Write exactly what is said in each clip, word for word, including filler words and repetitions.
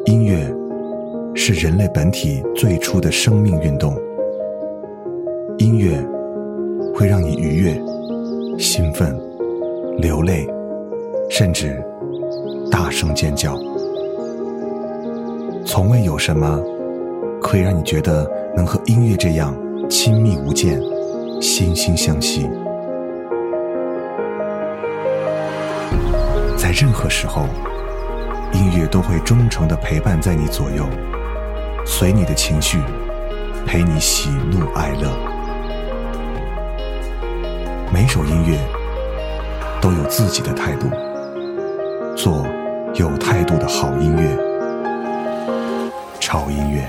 音乐是人类本体最初的生命运动，音乐会让你愉悦、兴奋、流泪，甚至大声尖叫。从未有什么可以让你觉得能和音乐这样亲密无间、惺惺相惜。在任何时候，音乐都会忠诚地陪伴在你左右，随你的情绪，陪你喜怒哀乐。每首音乐都有自己的态度，做有态度的好音乐。潮音乐。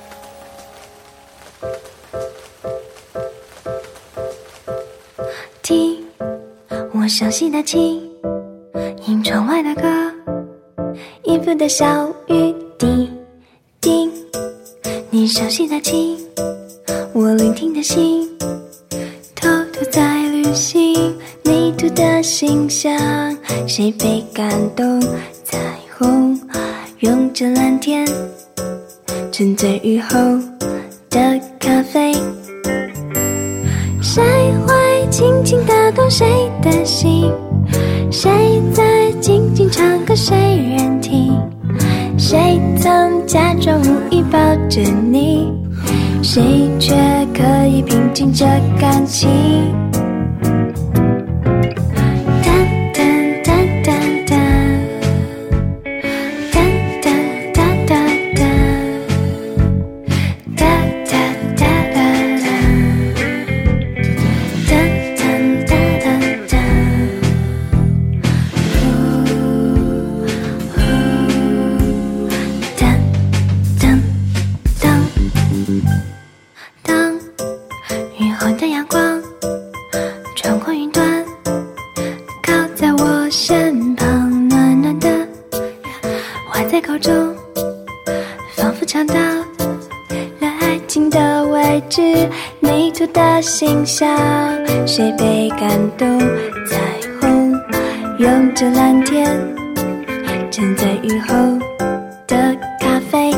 听我熟悉的琴，听窗外的歌，音符的小雨滴滴，你熟悉的琴，我聆听的心，偷偷在旅行，迷途的心象，谁被感动？彩虹拥着蓝天，沉醉雨后的咖啡，谁会轻轻打动谁的心？谁在静静唱歌谁人听？谁曾假装无意抱着你，谁却可以平静着感情？在口中仿佛尝到了爱情的位置，迷途的心象，谁被感动？彩虹拥着蓝天，沉醉雨后的咖啡，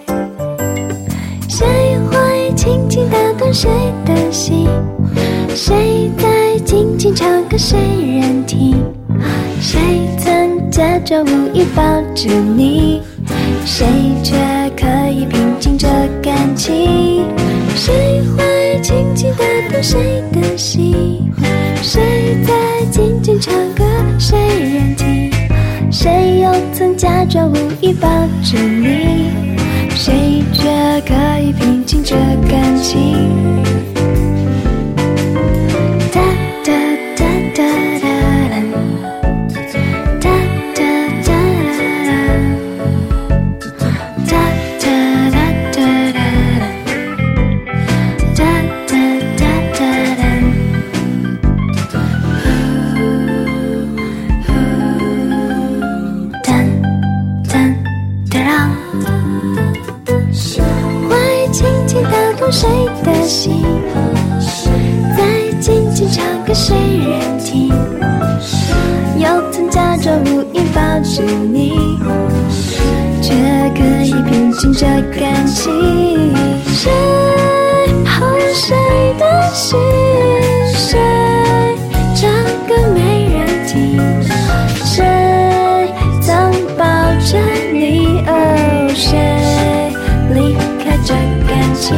谁会轻轻打动谁的心？谁在静静唱歌谁人听？谁曾假装无意抱着你，谁却可以平静着感情？谁会轻轻打动谁的心？谁在静静唱歌谁人听？谁又曾假装无意抱着你，谁却可以平静着感情？哒哒哒哒哒谁的心，在静静唱歌谁人听？又曾假装无意抱着你，却可以平静着感情？谁哄谁的心？谁唱歌没人听？谁曾抱着你？哦，谁离开这感情？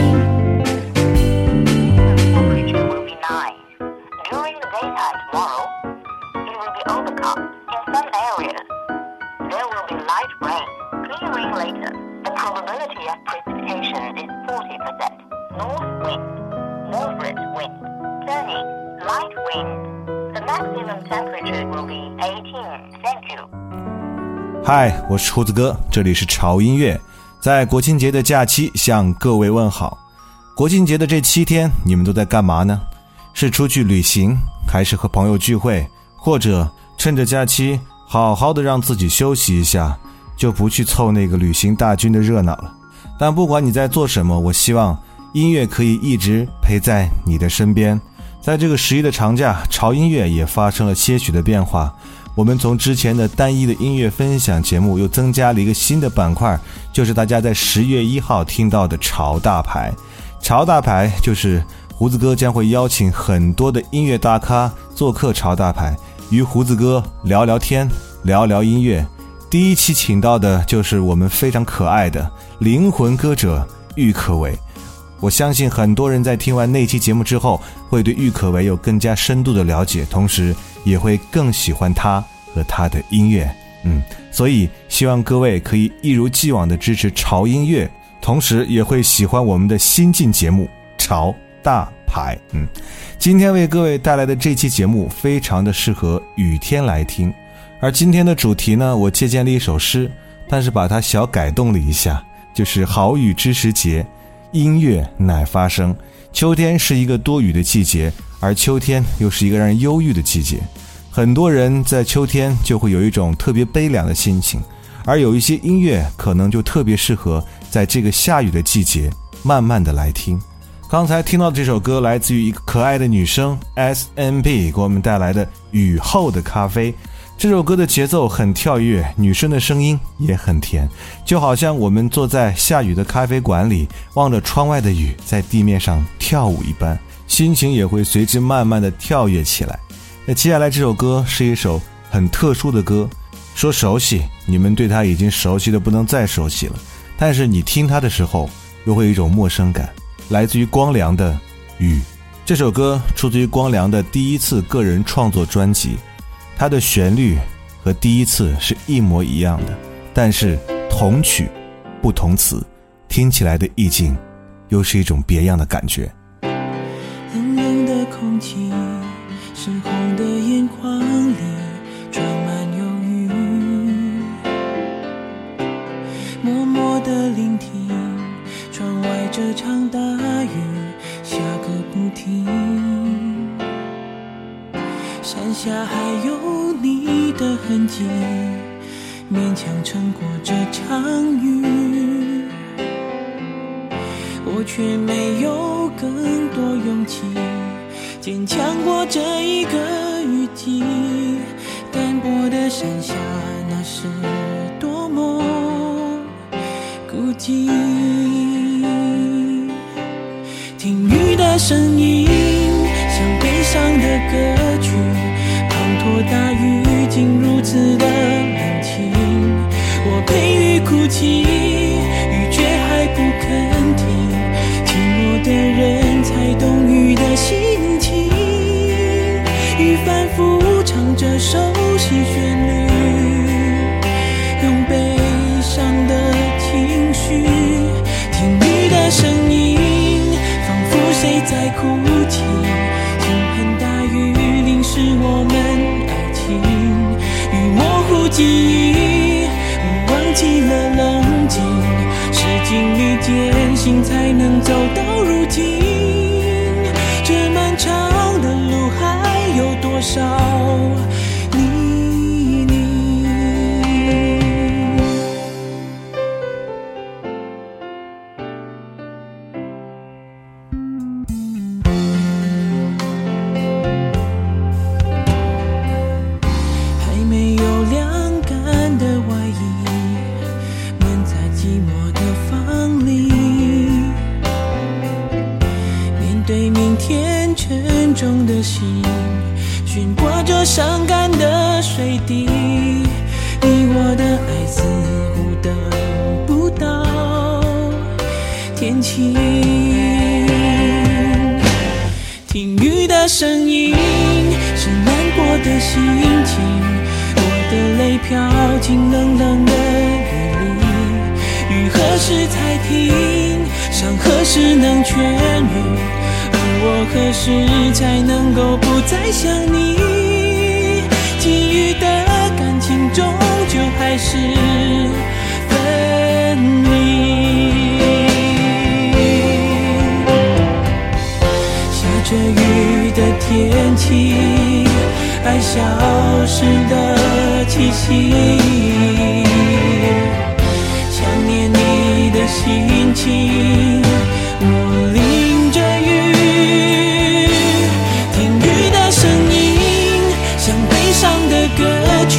嗨，我是胡子哥，这里是潮音乐，在国庆节的假期向各位问好。国庆节的这七天你们都在干嘛呢？是出去旅行，还是和朋友聚会，或者趁着假期好好的让自己休息一下，就不去凑那个旅行大军的热闹了。但不管你在做什么，我希望音乐可以一直陪在你的身边。在这个十一的长假，潮音乐也发生了些许的变化， 我们从之前的单一的音乐分享节目又增加了一个新的板块，就是大家在十月一号听到的潮大牌。潮大牌就是胡子哥将会邀请很多的音乐大咖做客潮大牌，与胡子哥聊聊天，聊聊音乐。第一期请到的就是我们非常可爱的灵魂歌者郁可唯。我相信很多人在听完那期节目之后，会对郁可唯有更加深度的了解，同时也会更喜欢他和他的音乐。嗯，所以希望各位可以一如既往的支持潮音乐，同时也会喜欢我们的新晋节目潮大牌。嗯，今天为各位带来的这期节目非常的适合雨天来听。而今天的主题呢，我借鉴了一首诗，但是把它小改动了一下，就是好雨知时节，音乐乃发生。秋天是一个多雨的季节，而秋天又是一个让人忧郁的季节。很多人在秋天就会有一种特别悲凉的心情，而有一些音乐可能就特别适合在这个下雨的季节慢慢的来听。刚才听到的这首歌来自于一个可爱的女生 S M B 给我们带来的雨后的咖啡。这首歌的节奏很跳跃，女生的声音也很甜，就好像我们坐在下雨的咖啡馆里，望着窗外的雨在地面上跳舞一般，心情也会随之慢慢的跳跃起来。那接下来这首歌是一首很特殊的歌，说熟悉，你们对它已经熟悉的不能再熟悉了，但是你听它的时候又会有一种陌生感，来自于光良的雨。这首歌出自于光良的第一次个人创作专辑，它的旋律和第一次是一模一样的，但是同曲不同词，听起来的意境又是一种别样的感觉。 冷冷的空气，深红的眼眶里装满忧郁，默默地聆听窗外这场大雨下个不停，山下还有你的痕迹，勉强撑过这场雨，我却没有更多勇气坚强过这一个雨季。单薄的山下，那是多么孤寂。听雨的声音，像悲伤的歌曲，滂沱大雨竟如此的冷清。我陪雨哭泣，雨却还不肯停，寂寞的人才懂雨的心情。雨反复唱着熟悉旋律，用悲伤的情绪。听雨的声音，仿佛谁在哭泣，倾盆大雨淋湿我们爱情。雨模糊记忆，忘记了冷静，是经历艰辛才能走到如今。这漫长的路还有多少泥泞。还没有晾干的外衣，闷在寂寞的房里，面对明天沉重的心，寻过这伤感的水滴。你我的爱似乎等不到天晴。听雨的声音，是难过的心情，我的泪飘进冷冷的雨里。雨何时才停？伤何时能痊愈？而我何时才能够不再想你？给予的感情终究还是分离。下着雨的天气，爱消失的气息，想念你的心情，我淋着雨。听雨的声音，像悲伤的歌曲，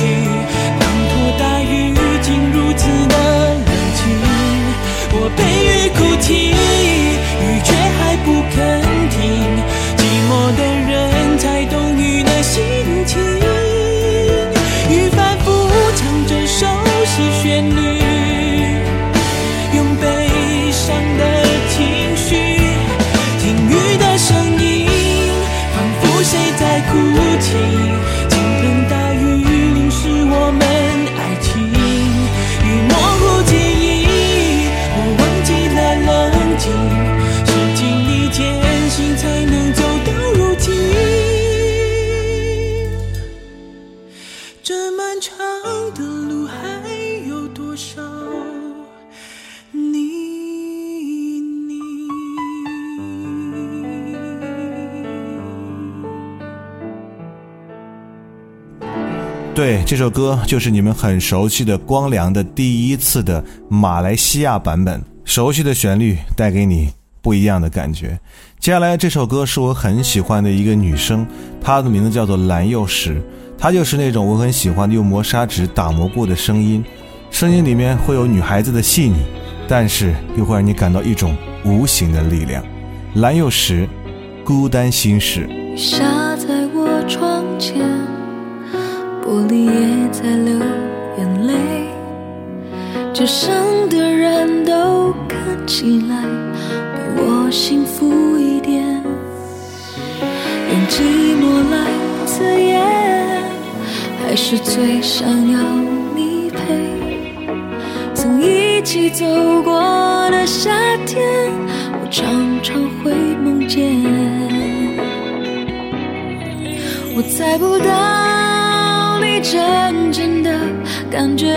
对，这首歌就是你们很熟悉的光良的第一次的马来西亚版本，熟悉的旋律带给你不一样的感觉。接下来这首歌是我很喜欢的一个女生，她的名字叫做蓝又时，她就是那种我很喜欢的用磨砂纸打磨过的声音，声音里面会有女孩子的细腻，但是又会让你感到一种无形的力量。蓝又时，孤单心事。 下在我窗前，玻璃也在流眼泪，街上的人都看起来比我幸福一点，用寂寞来刺眼，还是最想要你陪。曾一起走过的夏天，我常常会梦见，我猜不到你真正的感觉，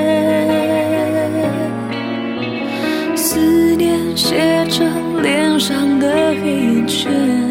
思念写成脸上的黑眼圈，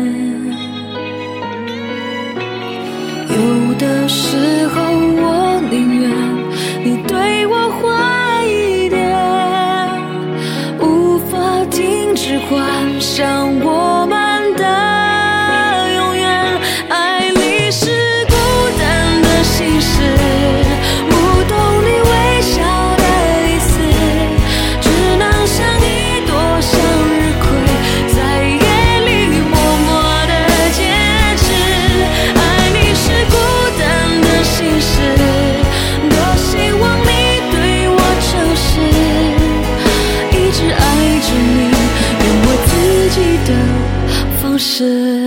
有的时候我宁愿你对我坏一点，无法停止幻想我们的永远。爱你是孤单的心事，不懂你微笑的意思，只能像一朵向日葵，在夜里默默地坚持。爱你是孤单的心事，多希望你对我诚实，一直爱着你，用我自己的方式。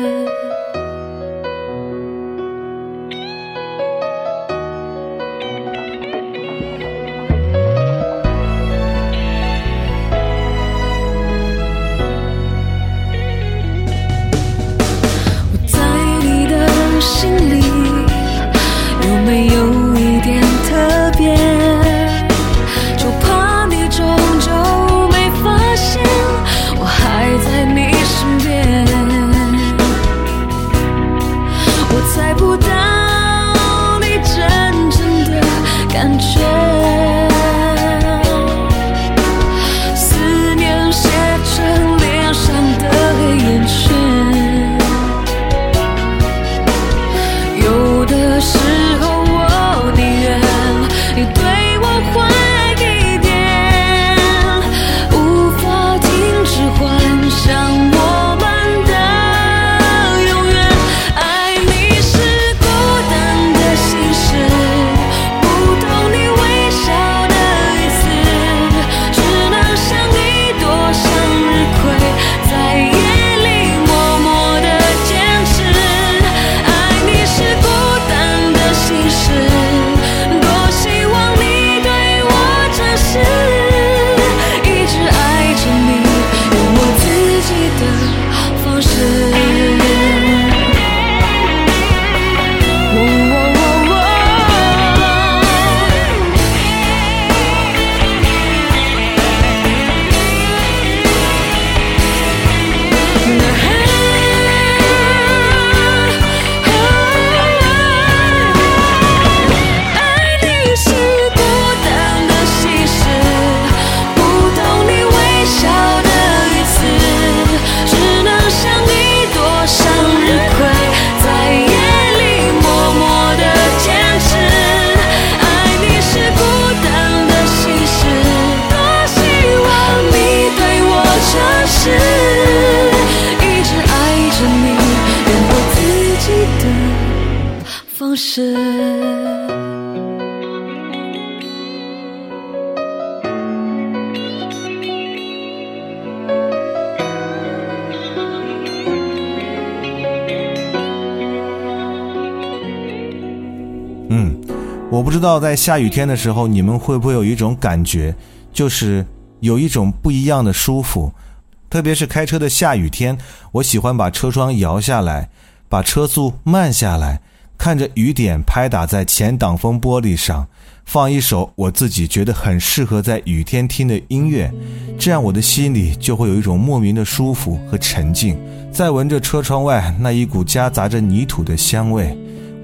嗯，我不知道在下雨天的时候你们会不会有一种感觉，就是有一种不一样的舒服。特别是开车的下雨天，我喜欢把车窗摇下来，把车速慢下来，看着雨点拍打在前挡风玻璃上，放一首我自己觉得很适合在雨天听的音乐，这样我的心里就会有一种莫名的舒服和沉静。再闻着车窗外那一股夹杂着泥土的香味，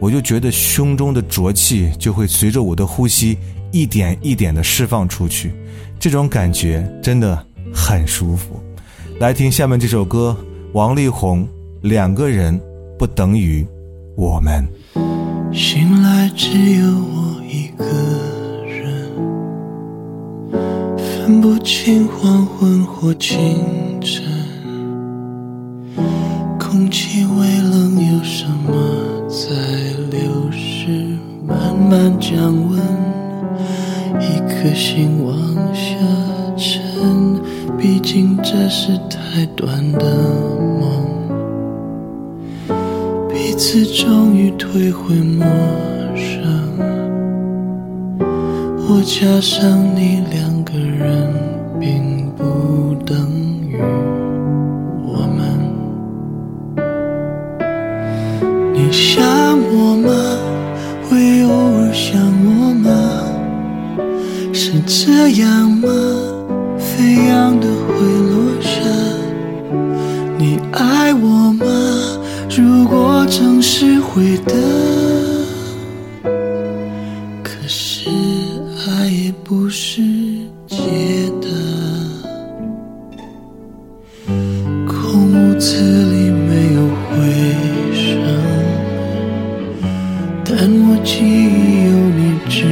我就觉得胸中的浊气就会随着我的呼吸一点一点地释放出去，这种感觉真的很舒服。来听下面这首歌，王力宏，两个人不等于我们。 醒来只有我一个人，分不清黄昏或清晨，空气微冷，有什么在流逝，慢慢降温，一颗心往下沉，毕竟这是太短的梦，彼此终于退回陌生，我加上你两个人并不等于我们。你想我吗？会偶尔想我吗？是这样吗？飞扬的会落下。你爱我吗？如果总是会的，可是爱也不是借的。空屋子里没有回声，但我记忆有你指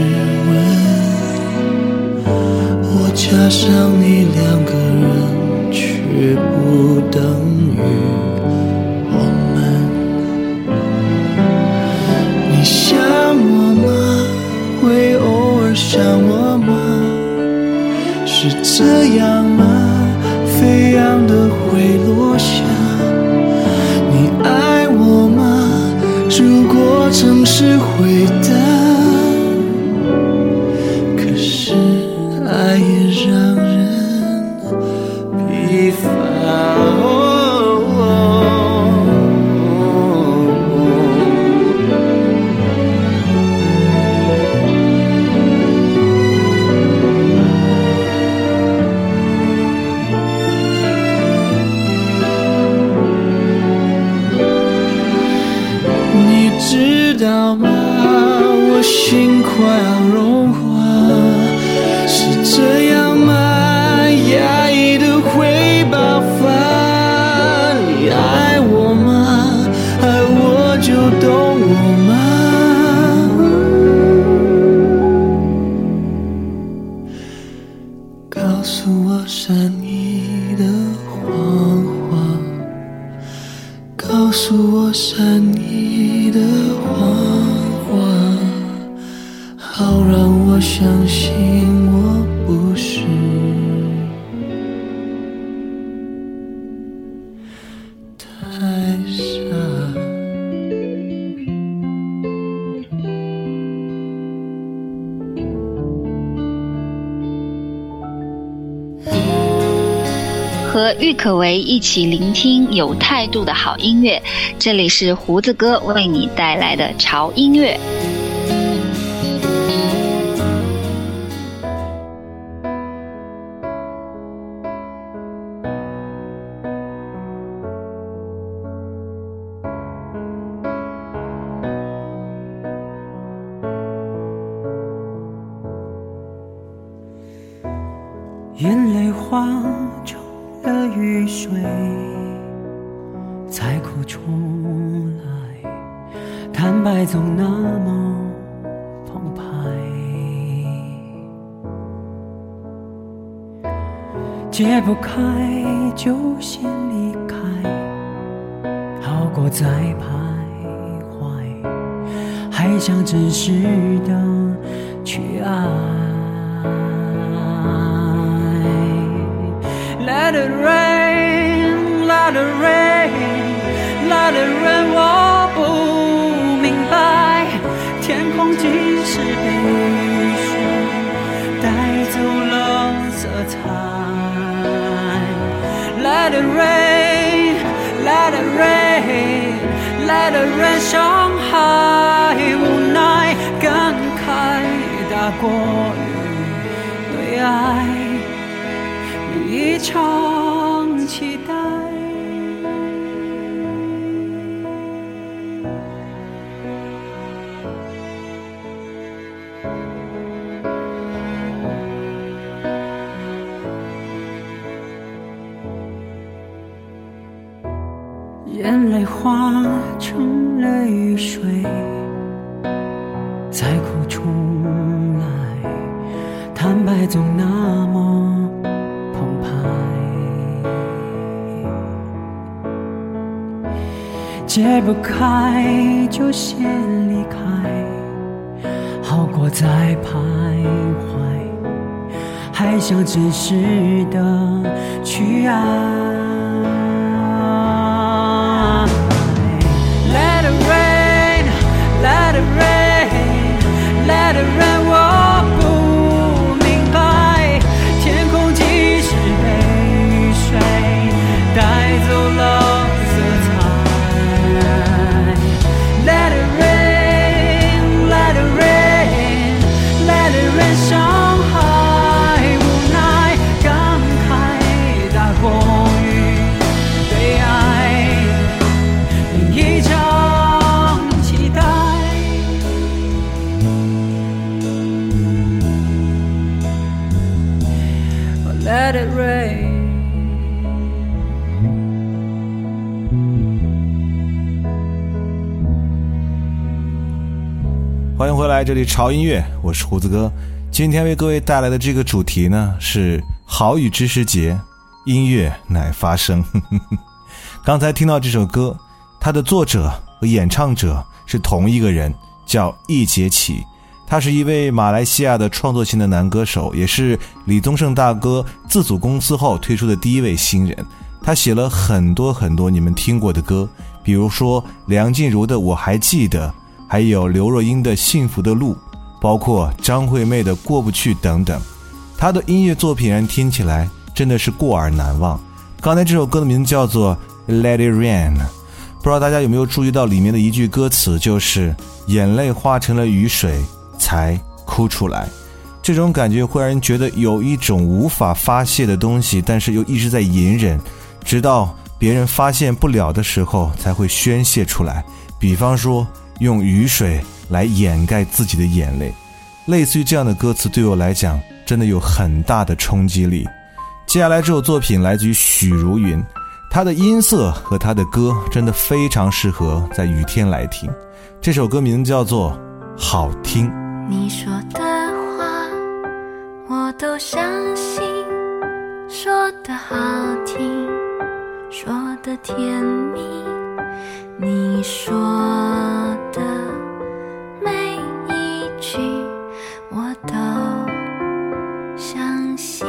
纹。我加上你两个人，却不等于我们。你想我吗？会偶尔想我吗？是这样吗？飞扬的会落下。你爱我吗？如果总是会的，可是爱也让人疲乏。知道吗？我心快要融化，是这样吗？压抑的会爆发。你爱我吗？爱我就懂我吗？告诉我善意的谎话，告诉我善意的谎话，好让我相信我不是太傻。 和郁可唯一起聆听有态度的好音乐，这里是胡子哥为你带来的潮音乐。 眼泪化成了雨水，才哭出来，坦白总那么澎湃，解不开就先离开，好过再徘徊，还想真实的去爱。Let it rain, let it rain, let it rain， 我不明白，天空即使被雨水带走了色彩。Let it rain, let it rain, let it rain， 伤害无奈，感慨大过于对爱一场期待。 眼泪化成泪水，再哭出来，坦白总那么澎湃。解不开就先离开，好过再徘徊，还想真实的去爱。Let it rain, let it rain, let it rain， 我不明白，天空即使被雨水带走了色彩。Let it rain, let it rain, let it rain， 伤害无奈，感慨大过于对爱另一场期待。Let it rain。 欢迎回来，这里潮音乐，我是胡子哥。今天为各位带来的这个主题呢是好雨知时节，音乐乃发声。刚才听到这首歌，它的作者和演唱者是同一个人，叫易杰奇。他是一位马来西亚的创作型的男歌手，也是李宗盛大哥自组公司后推出的第一位新人。他写了很多很多你们听过的歌，比如说梁静茹的《我还记得》，还有刘若英的《幸福的路》，包括张惠妹的《过不去》等等。他的音乐作品人听起来真的是过耳难忘。刚才这首歌的名字叫做 Let It Rain， 不知道大家有没有注意到里面的一句歌词，就是眼泪化成了雨水才哭出来。这种感觉会让人觉得有一种无法发泄的东西，但是又一直在隐忍，直到别人发现不了的时候才会宣泄出来。比方说用雨水来掩盖自己的眼泪，类似于这样的歌词对我来讲真的有很大的冲击力。接下来这首作品来自于许茹芸，她的音色和她的歌真的非常适合在雨天来听。这首歌名叫做好听。 你说的话我都相信，说的好听，说的甜蜜，你说的每一句我都相信。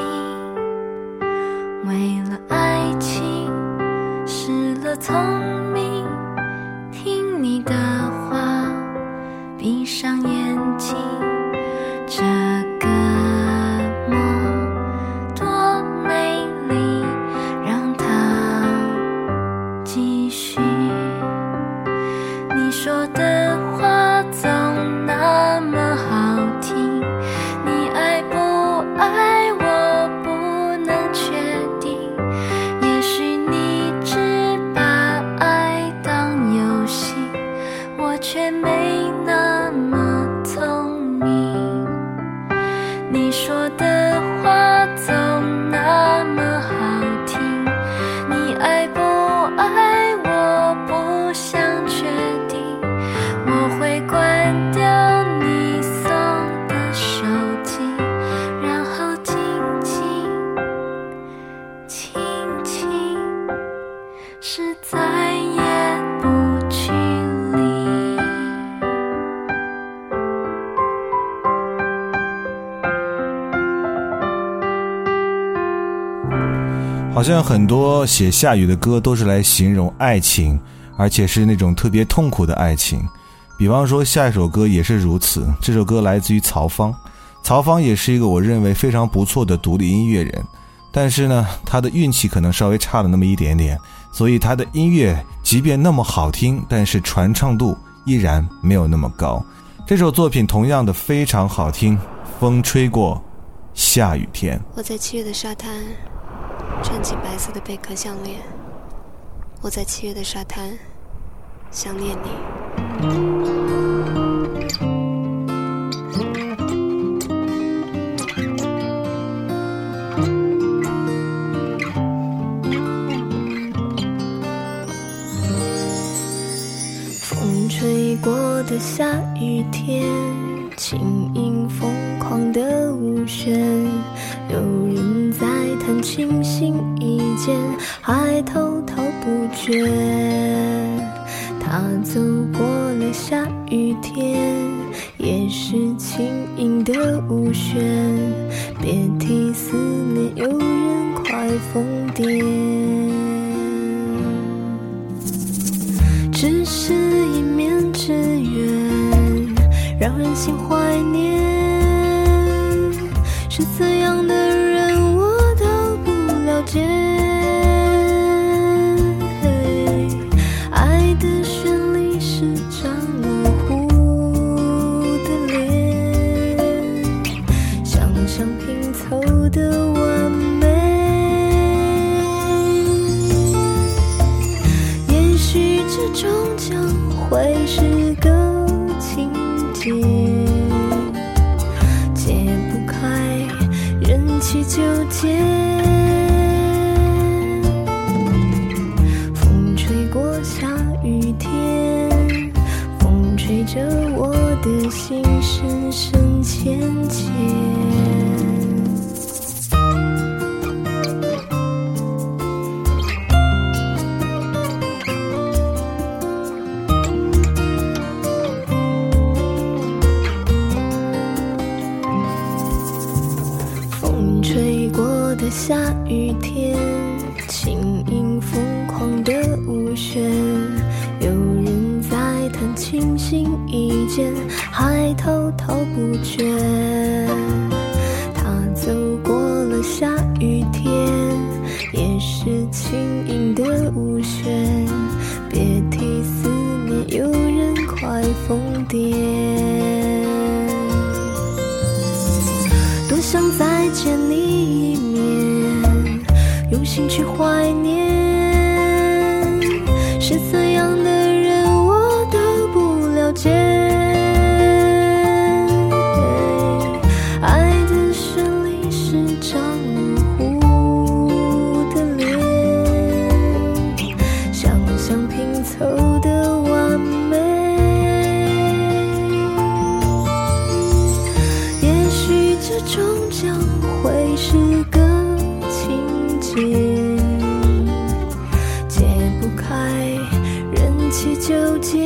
为了爱情失了聪明，听你的话闭上眼睛，这个梦多美丽，让它继续。你说的话总那么好听，你爱不爱我不能确定，也许你只把爱当游戏，我却没那么聪明。你说的话总那么好听，你爱不爱我不想确定，我会关掉你送的手机，然后静静轻轻，是再也不去理。 好像很多写下雨的歌都是来形容爱情，而且是那种特别痛苦的爱情。比方说下一首歌也是如此，这首歌来自于曹芳。曹芳也是一个我认为非常不错的独立音乐人，但是呢他的运气可能稍微差了那么一点点，所以他的音乐即便那么好听，但是传唱度依然没有那么高。这首作品同样的非常好听，风吹过下雨天。 我在七月的沙滩穿起白色的贝壳项链，我在七月的沙滩想念你。 下雨天，轻盈疯狂的舞旋，有人在弹琴心一间，还滔滔不绝。他走过了下雨天，也是轻盈的舞旋，别提思念有人快疯癫。只是一面之缘，让人心怀念，是怎样的人我都不了解。爱的旋律是张模糊的脸，想象拼凑的完美。也许这终将会是个情节，解不开人气纠结。风吹过下雨天，风吹着我的心深深浅浅。下雨天，轻盈疯狂的舞旋，有人在弹琴心一间，还滔滔不绝。他走过了下雨天，也是轻盈的舞旋，别提思念有人快疯癫。多想再见你一面，用心去怀念，是怎样的人我都不了解。爱的旋律是张模糊的脸，想象拼凑的完美。也许这终将会是个情节，解不开人气纠结。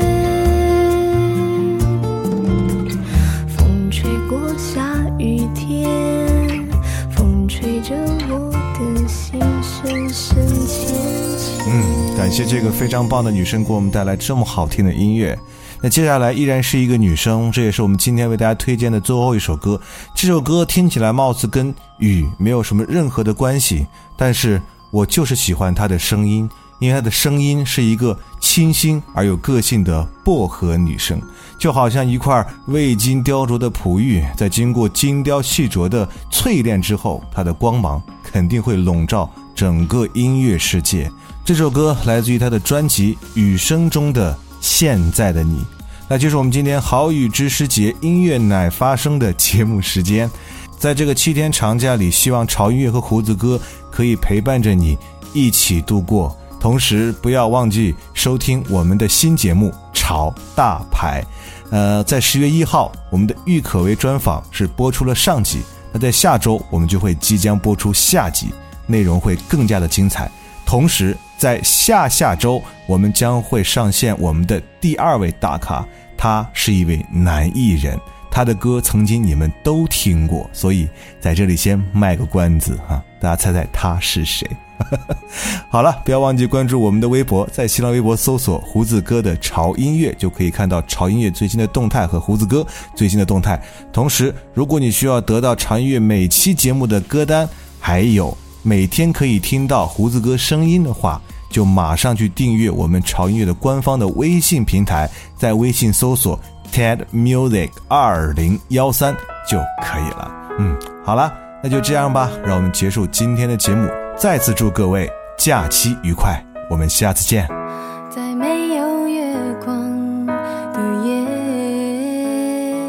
风吹过下雨天，风吹着我的心深深浅浅。 嗯，感谢这个非常棒的女生给我们带来这么好听的音乐。那接下来依然是一个女生，这也是我们今天为大家推荐的最后一首歌。这首歌听起来貌似跟雨没有什么任何的关系，但是我就是喜欢她的声音，因为她的声音是一个清新而有个性的薄荷女生，就好像一块未经雕琢的璞玉，在经过精雕细琢的淬炼之后，它的光芒肯定会笼罩整个音乐世界。这首歌来自于她的专辑《雨声》中的现在的你。那就是我们今天好雨知识节音乐乃发生的节目时间。在这个七天长假里，希望潮音乐和胡子哥可以陪伴着你一起度过，同时不要忘记收听我们的新节目潮大牌。呃，在十月一号我们的郁可唯专访是播出了上集，那在下周我们就会即将播出下集，内容会更加的精彩。同时在下下周我们将会上线我们的第二位大咖，他是一位男艺人，他的歌曾经你们都听过，所以在这里先卖个关子哈，大家猜猜他是谁？好了，不要忘记关注我们的微博，在新浪微博搜索胡子哥的潮音乐，就可以看到潮音乐最新的动态和胡子哥最新的动态。同时如果你需要得到潮音乐每期节目的歌单，还有每天可以听到胡子哥声音的话，就马上去订阅我们潮音乐的官方的微信平台，在微信搜索 Ted Music 二零一三就可以了。嗯，好了，那就这样吧，让我们结束今天的节目。再次祝各位假期愉快，我们下次见。 在没有月光的夜，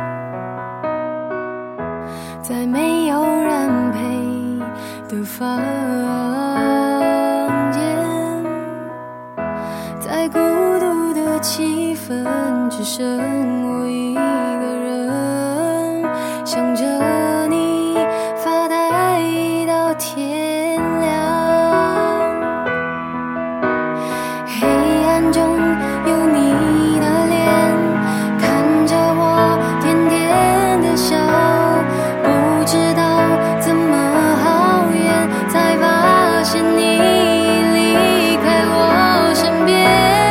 在没有人陪的房间，在孤独的的气氛只剩我一个人，想着你发呆到天亮。黑暗中有你的脸，看着我甜甜的笑，不知道怎么好远，才发现你离开我身边。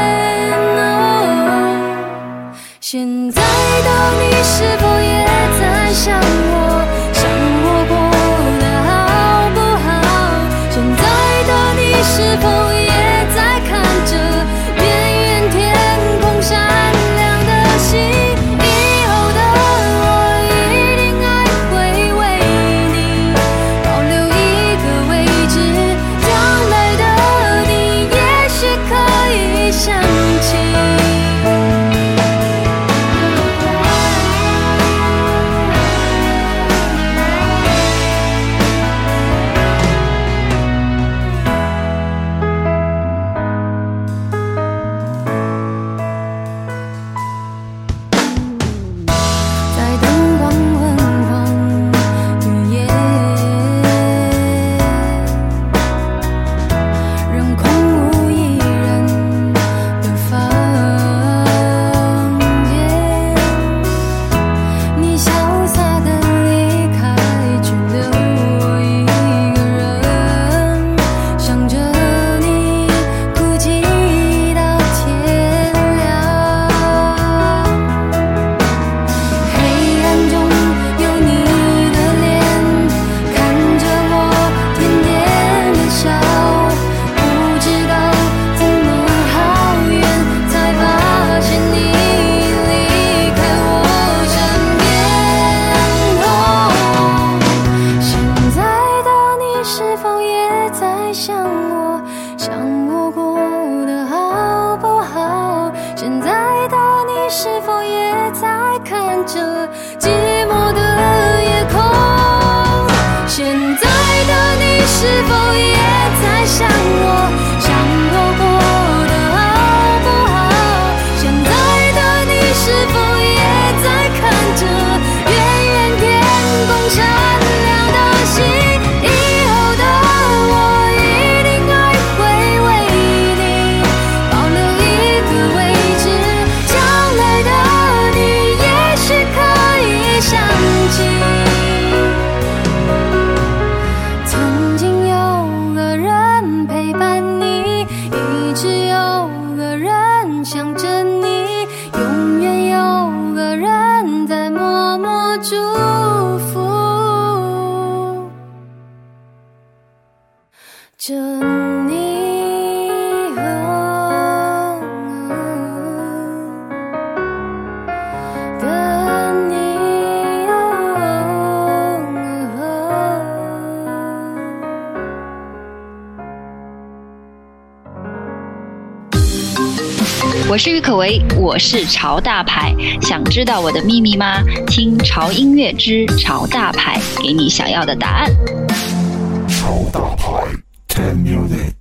现在的你是否也在想我，想我过得好不好？现在的你是否也在看着远远天空闪亮的星？以后的我一定还会为你保留一个位置，将来的你也许可以想起。着你和的你我是郁可唯，我是潮大牌。想知道我的秘密吗？听潮音乐之潮大牌，给你想要的答案。 潮大牌 ，Ten Music。